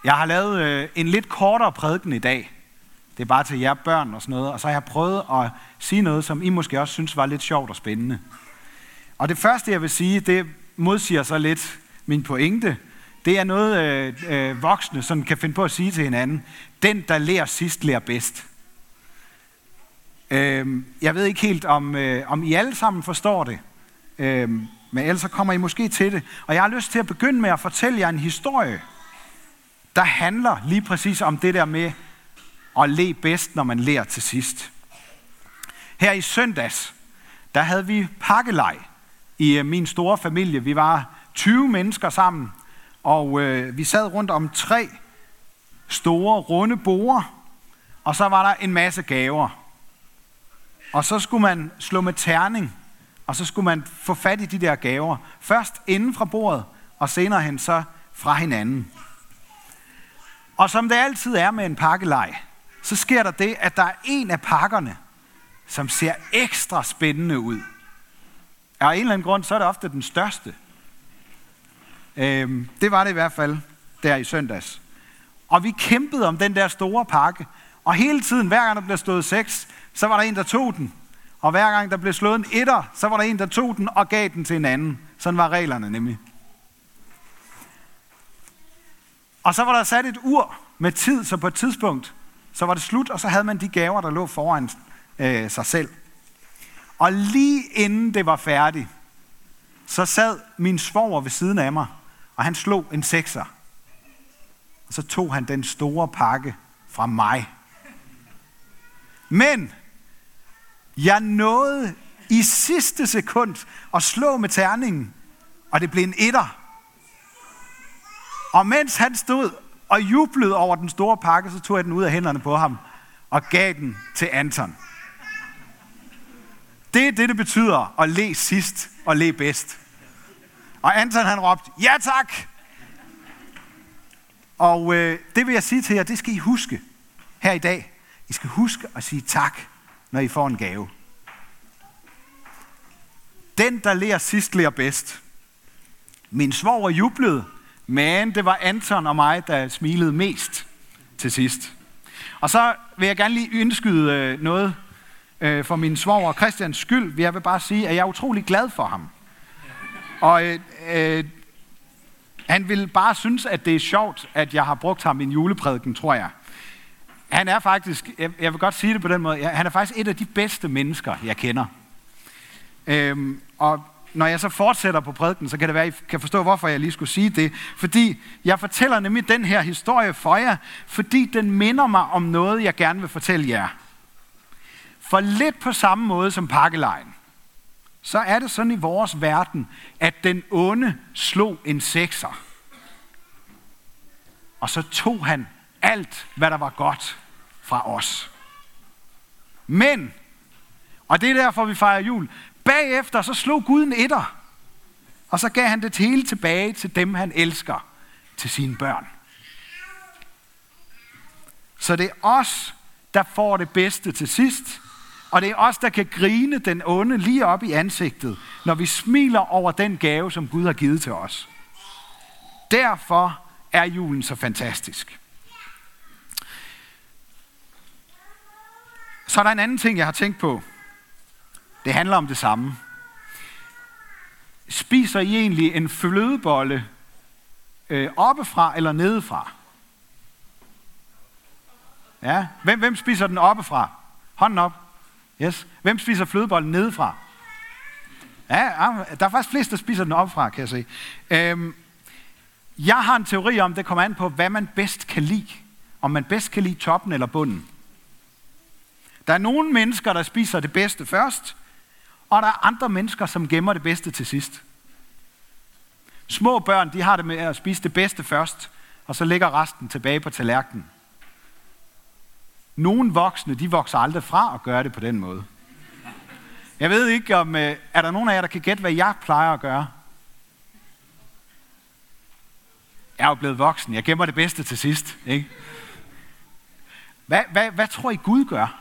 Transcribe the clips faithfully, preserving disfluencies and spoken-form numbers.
Jeg har lavet øh, en lidt kortere prædiken i dag. Det er bare til jer børn og sådan noget. Og så har jeg prøvet at sige noget, som I måske også synes var lidt sjovt og spændende. Og det første, jeg vil sige, det modsiger så lidt min pointe. Det er noget, øh, øh, voksne sådan kan finde på at sige til hinanden. Den, der lærer sidst, lærer bedst. Øh, jeg ved ikke helt, om, øh, om I alle sammen forstår det. Øh, men ellers så kommer I måske til det. Og jeg har lyst til at begynde med at fortælle jer en historie, der handler lige præcis om det der med at le bedst, når man lærer til sidst. Her i søndags, der havde vi pakkelej i min store familie. Vi var tyve mennesker sammen, og øh, vi sad rundt om tre store, runde borde, og så var der en masse gaver. Og så skulle man slå med terning, og så skulle man få fat i de der gaver. Først inden fra bordet, og senere hen så fra hinanden. Og som det altid er med en pakkelej, så sker der det, at der er en af pakkerne, som ser ekstra spændende ud. Og af en eller anden grund, så er det ofte den største. Øhm, det var det i hvert fald der i søndags. Og vi kæmpede om den der store pakke. Og hele tiden, hver gang der blev slået seks, så var der en, der tog den. Og hver gang der blev slået en etter, så var der en, der tog den og gav den til en anden. Sådan var reglerne nemlig. Og så var der sat et ur med tid, så på et tidspunkt, så var det slut, og så havde man de gaver, der lå foran øh, sig selv. Og lige inden det var færdigt, så sad min svoger ved siden af mig, og han slog en sekser. Og så tog han den store pakke fra mig. Men jeg nåede i sidste sekund at slå med terningen, og det blev en etter. Og mens han stod og jublede over den store pakke, så tog jeg den ud af hænderne på ham og gav den til Anton. Det er det, det betyder at le sidst og le bedst. Og Anton han råbte, ja tak! Og øh, det vil jeg sige til jer, det skal I huske her i dag. I skal huske at sige tak, når I får en gave. Den, der ler sidst, ler bedst. Min svoger jublede, men det var Anton og mig, der smilede mest til sidst. Og så vil jeg gerne lige indskyde øh, noget øh, for min svoger Christians skyld. Jeg vil bare sige, at jeg er utrolig glad for ham. Og øh, øh, han vil bare synes, at det er sjovt, at jeg har brugt ham i en juleprædiken, tror jeg. Han er faktisk, jeg, jeg vil godt sige det på den måde, han er faktisk et af de bedste mennesker, jeg kender. Øhm, og når jeg så fortsætter på prædiken, så kan det være, at I kan forstå, hvorfor jeg lige skulle sige det. Fordi jeg fortæller nemlig den her historie for jer, fordi den minder mig om noget, jeg gerne vil fortælle jer. For lidt på samme måde som pakkelejen, så er det sådan i vores verden, at den onde slog en sekser. Og så tog han alt, hvad der var godt fra os. Men, og det er derfor, vi fejrer jul, bagefter så slog Gud en etter, og så gav han det hele tilbage til dem, han elsker, til sine børn. Så det er os, der får det bedste til sidst, og det er os, der kan grine den onde lige op i ansigtet, når vi smiler over den gave, som Gud har givet til os. Derfor er julen så fantastisk. Så er der en anden ting, jeg har tænkt på. Det handler om det samme. Spiser I egentlig en flødebolle øh, oppefra eller nedefra? Ja. Hvem, hvem spiser den oppefra? Hånden op. Yes. Hvem spiser flødebollen nedefra? Ja, der er faktisk flest, der spiser den oppefra, kan jeg se. Øhm, jeg har en teori om, det kommer an på, hvad man bedst kan lide. Om man bedst kan lide toppen eller bunden. Der er nogle mennesker, der spiser det bedste først, og der er andre mennesker, som gemmer det bedste til sidst. Små børn, de har det med at spise det bedste først, og så ligger resten tilbage på tallerkenen. Nogle voksne, de vokser aldrig fra at gøre det på den måde. Jeg ved ikke, om er der nogen af jer, der kan gætte, hvad jeg plejer at gøre? Jeg er jo blevet voksen, jeg gemmer det bedste til sidst, ikke? Hvad, hvad, hvad tror I Gud gør?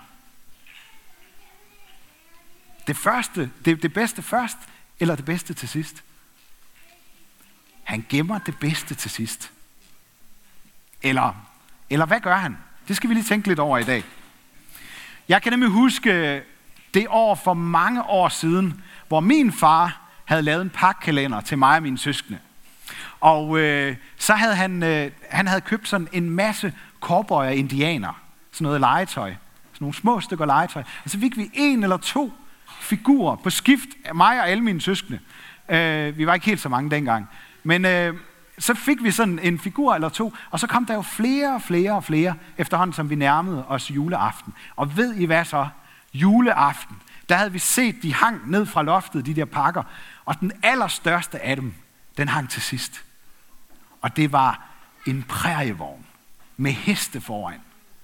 Det første, det, det bedste først, eller det bedste til sidst? Han gemmer det bedste til sidst. Eller, eller hvad gør han? Det skal vi lige tænke lidt over i dag. Jeg kan nemlig huske det år for mange år siden, hvor min far havde lavet en pakkalender til mig og mine søskende. Og øh, så havde han, øh, han havde købt sådan en masse cowboyer og indianer. Sådan noget legetøj. Sådan nogle små stykker legetøj. Og så fik vi en eller to figurer på skift af mig og alle mine søskende. Øh, vi var ikke helt så mange dengang. Men øh, så fik vi sådan en figur eller to, og så kom der jo flere og flere og flere, efterhånden som vi nærmede os juleaften. Og ved I hvad så? Juleaften, der havde vi set, de hang ned fra loftet, de der pakker, og den allerstørste af dem, den hang til sidst. Og det var en prærievogn med heste foran.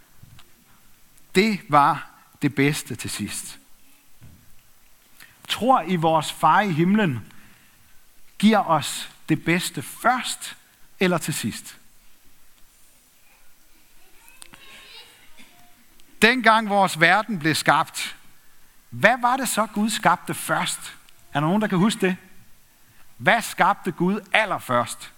Det var det bedste til sidst. Tror I, vores far i himlen giver os det bedste først eller til sidst? Dengang vores verden blev skabt, hvad var det så Gud skabte først? Er der nogen, der kan huske det? Hvad skabte Gud allerførst?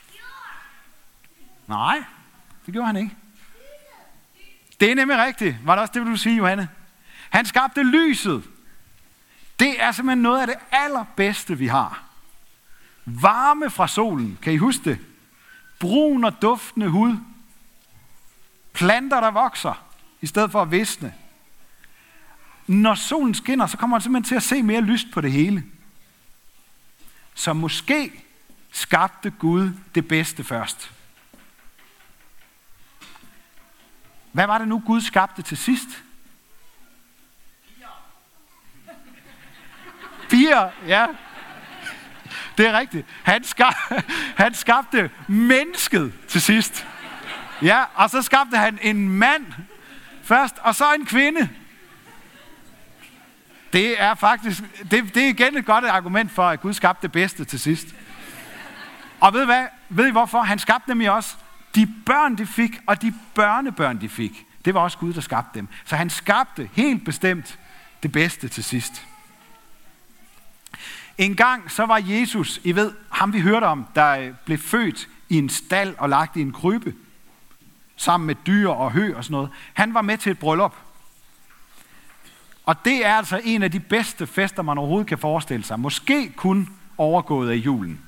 Nej, det gjorde han ikke. Det er nemlig rigtigt. Var det også det, vil du sige, Johanne? Han skabte lyset. Det er simpelthen noget af det allerbedste, vi har. Varme fra solen. Kan I huske det? Brun og duftende hud. Planter, der vokser, i stedet for at visne. Når solen skinner, så kommer man simpelthen til at se mere lyst på det hele. Så måske skabte Gud det bedste først. Hvad var det nu, Gud skabte til sidst? Fire, ja. Det er rigtigt. Han, skab, han skabte mennesket til sidst. Ja, og så skabte han en mand først, og så en kvinde. Det er faktisk, det, det er igen et godt argument for, at Gud skabte det bedste til sidst. Og ved I hvad? Ved I hvorfor? Han skabte nemlig også de børn, de fik, og de børnebørn, de fik. Det var også Gud, der skabte dem. Så han skabte helt bestemt det bedste til sidst. En gang så var Jesus, I ved, ham vi hørte om, der blev født i en stald og lagt i en krybe, sammen med dyr og hø og sådan noget. Han var med til et bryllup. Og det er altså en af de bedste fester, man overhovedet kan forestille sig. Måske kun overgået af julen.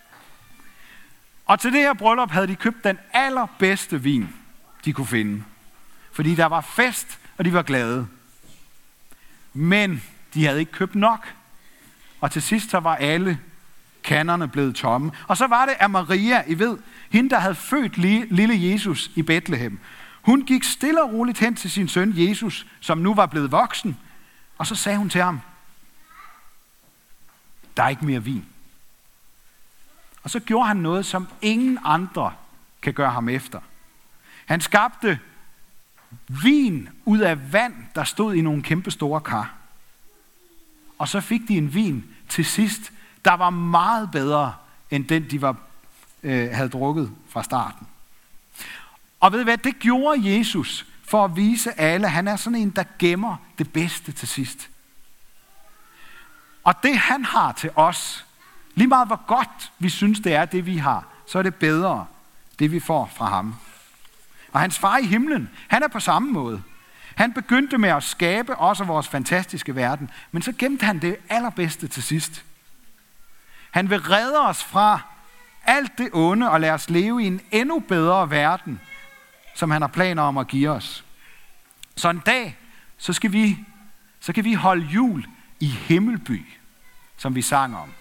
Og til det her bryllup havde de købt den allerbedste vin, de kunne finde. Fordi der var fest, og de var glade. Men de havde ikke købt nok. Og til sidst så var alle kanderne blevet tomme. Og så var det, at Maria, I ved, hende der havde født lille Jesus i Bethlehem, hun gik stille og roligt hen til sin søn Jesus, som nu var blevet voksen. Og så sagde hun til ham, der er ikke mere vin. Og så gjorde han noget, som ingen andre kan gøre ham efter. Han skabte vin ud af vand, der stod i nogle kæmpe store kar. Og så fik de en vin til sidst, der var meget bedre, end den, de var, øh, havde drukket fra starten. Og ved I hvad, det gjorde Jesus for at vise alle, han er sådan en, der gemmer det bedste til sidst. Og det han har til os, lige meget hvor godt vi synes det er, det vi har, så er det bedre, det vi får fra ham. Og hans far i himlen, han er på samme måde. Han begyndte med at skabe også vores fantastiske verden, men så gemte han det allerbedste til sidst. Han vil redde os fra alt det onde og lade os leve i en endnu bedre verden, som han har planer om at give os. Så en dag, så, skal vi, så kan vi holde jul i Himmelby, som vi sang om.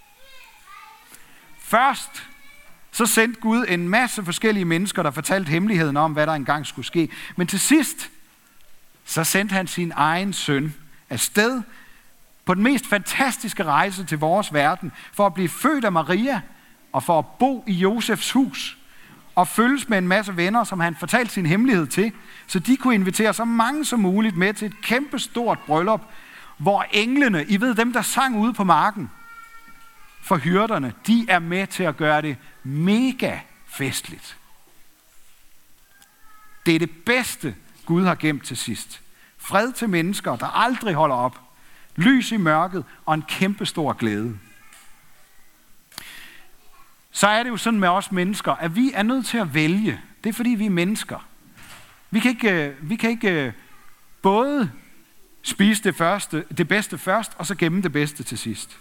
Først så sendte Gud en masse forskellige mennesker, der fortalte hemmeligheden om, hvad der engang skulle ske. Men til sidst, så sendte han sin egen søn afsted på den mest fantastiske rejse til vores verden, for at blive født af Maria, og for at bo i Josefs hus, og følges med en masse venner, som han fortalte sin hemmelighed til, så de kunne invitere så mange som muligt med til et kæmpestort bryllup, hvor englene, I ved dem, der sang ude på marken, for hyrderne, de er med til at gøre det mega festligt. Det er det bedste, Gud har gemt til sidst. Fred til mennesker, der aldrig holder op. Lys i mørket og en kæmpestor glæde. så er det jo sådan med os mennesker, at vi er nødt til at vælge. Det er fordi, vi er mennesker. Vi kan ikke, vi kan ikke både spise det, første, det bedste først, og så gemme det bedste til sidst.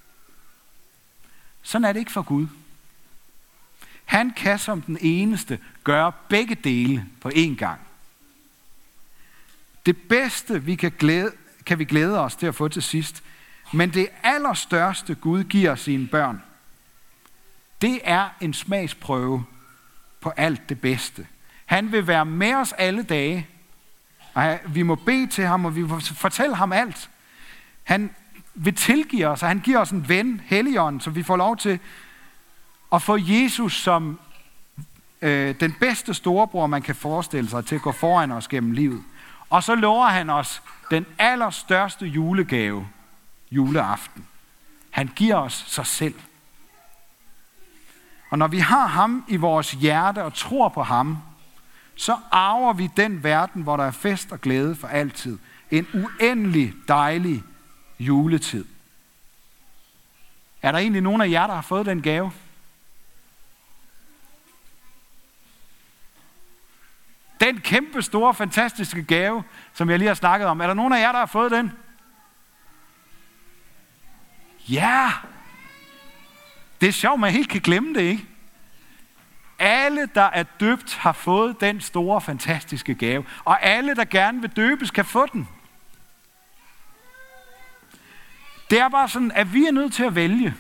Sådan er det ikke for Gud. Han kan som den eneste gøre begge dele på én gang. Det bedste, vi kan, glæde, kan vi glæde os til at få til sidst, men det allerstørste Gud giver sine børn, det er en smagsprøve på alt det bedste. Han vil være med os alle dage, og vi må bede til ham, og vi må fortælle ham alt. Han vil tilgive os, og han giver os en ven, Helligånden, så vi får lov til at få Jesus som øh, den bedste storebror, man kan forestille sig, til at gå foran os gennem livet. Og så lover han os den allerstørste julegave, juleaften. Han giver os sig selv. Og når vi har ham i vores hjerte og tror på ham, så arver vi den verden, hvor der er fest og glæde for altid. En uendelig dejlig juletid. Er der egentlig nogen af jer, der har fået den gave? Den kæmpe store, fantastiske gave, som jeg lige har snakket om. Er der nogen af jer, der har fået den? Ja! Det er sjovt, man helt kan glemme det, ikke? Alle, der er døbt, har fået den store, fantastiske gave. Og alle, der gerne vil døbes, kan få den. Det er bare sådan, at vi er nødt til at vælge.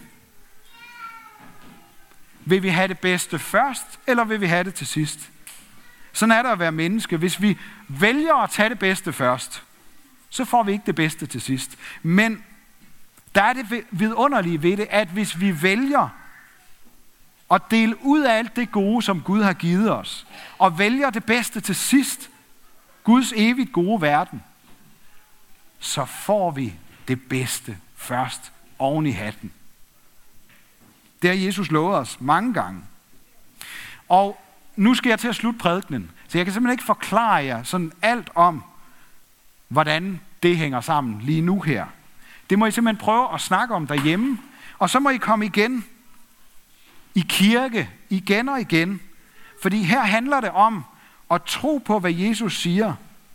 Vil vi have det bedste først, eller vil vi have det til sidst? Sådan er der at være menneske. Hvis vi vælger at tage det bedste først, så får vi ikke det bedste til sidst. Men der er det vidunderlige ved det, at hvis vi vælger at dele ud af alt det gode, som Gud har givet os, og vælger det bedste til sidst, Guds evigt gode verden, så får vi det bedste først oven i hatten. Det har Jesus lovet os mange gange. Og nu skal jeg til at slutte prædikenen, så jeg kan simpelthen ikke forklare jer sådan alt om, hvordan det hænger sammen lige nu her. Det må I simpelthen prøve at snakke om derhjemme, og så må I komme igen i kirke, igen og igen. Fordi her handler det om at tro på, hvad Jesus siger,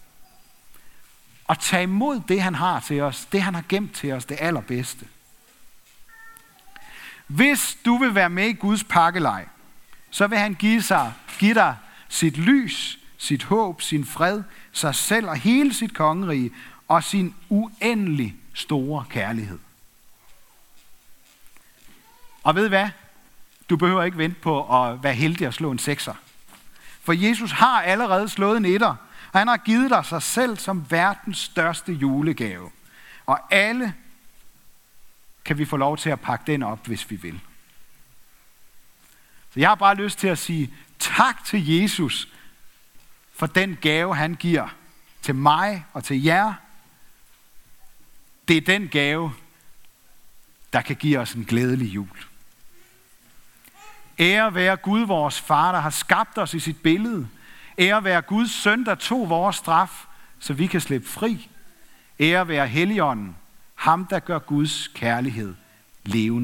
og tage imod det, han har til os, det han har gemt til os, det allerbedste. Hvis du vil være med i Guds pakkelej, så vil han give, sig, give dig sit lys, sit håb, sin fred, sig selv og hele sit kongerige, og sin uendelig store kærlighed. Og ved hvad? Du behøver ikke vente på at være heldig at slå en sekser. For Jesus har allerede slået en etter, og han har givet dig sig selv som verdens største julegave. Og alle kan vi få lov til at pakke den op, hvis vi vil. Så jeg har bare lyst til at sige tak til Jesus for den gave, han giver til mig og til jer. Det er den gave, der kan give os en glædelig jul. Ære være Gud, vores far, der har skabt os i sit billede. Ære være Guds søn, der tog vores straf, så vi kan slippe fri. Ære være Helligånden, ham der gør Guds kærlighed levende.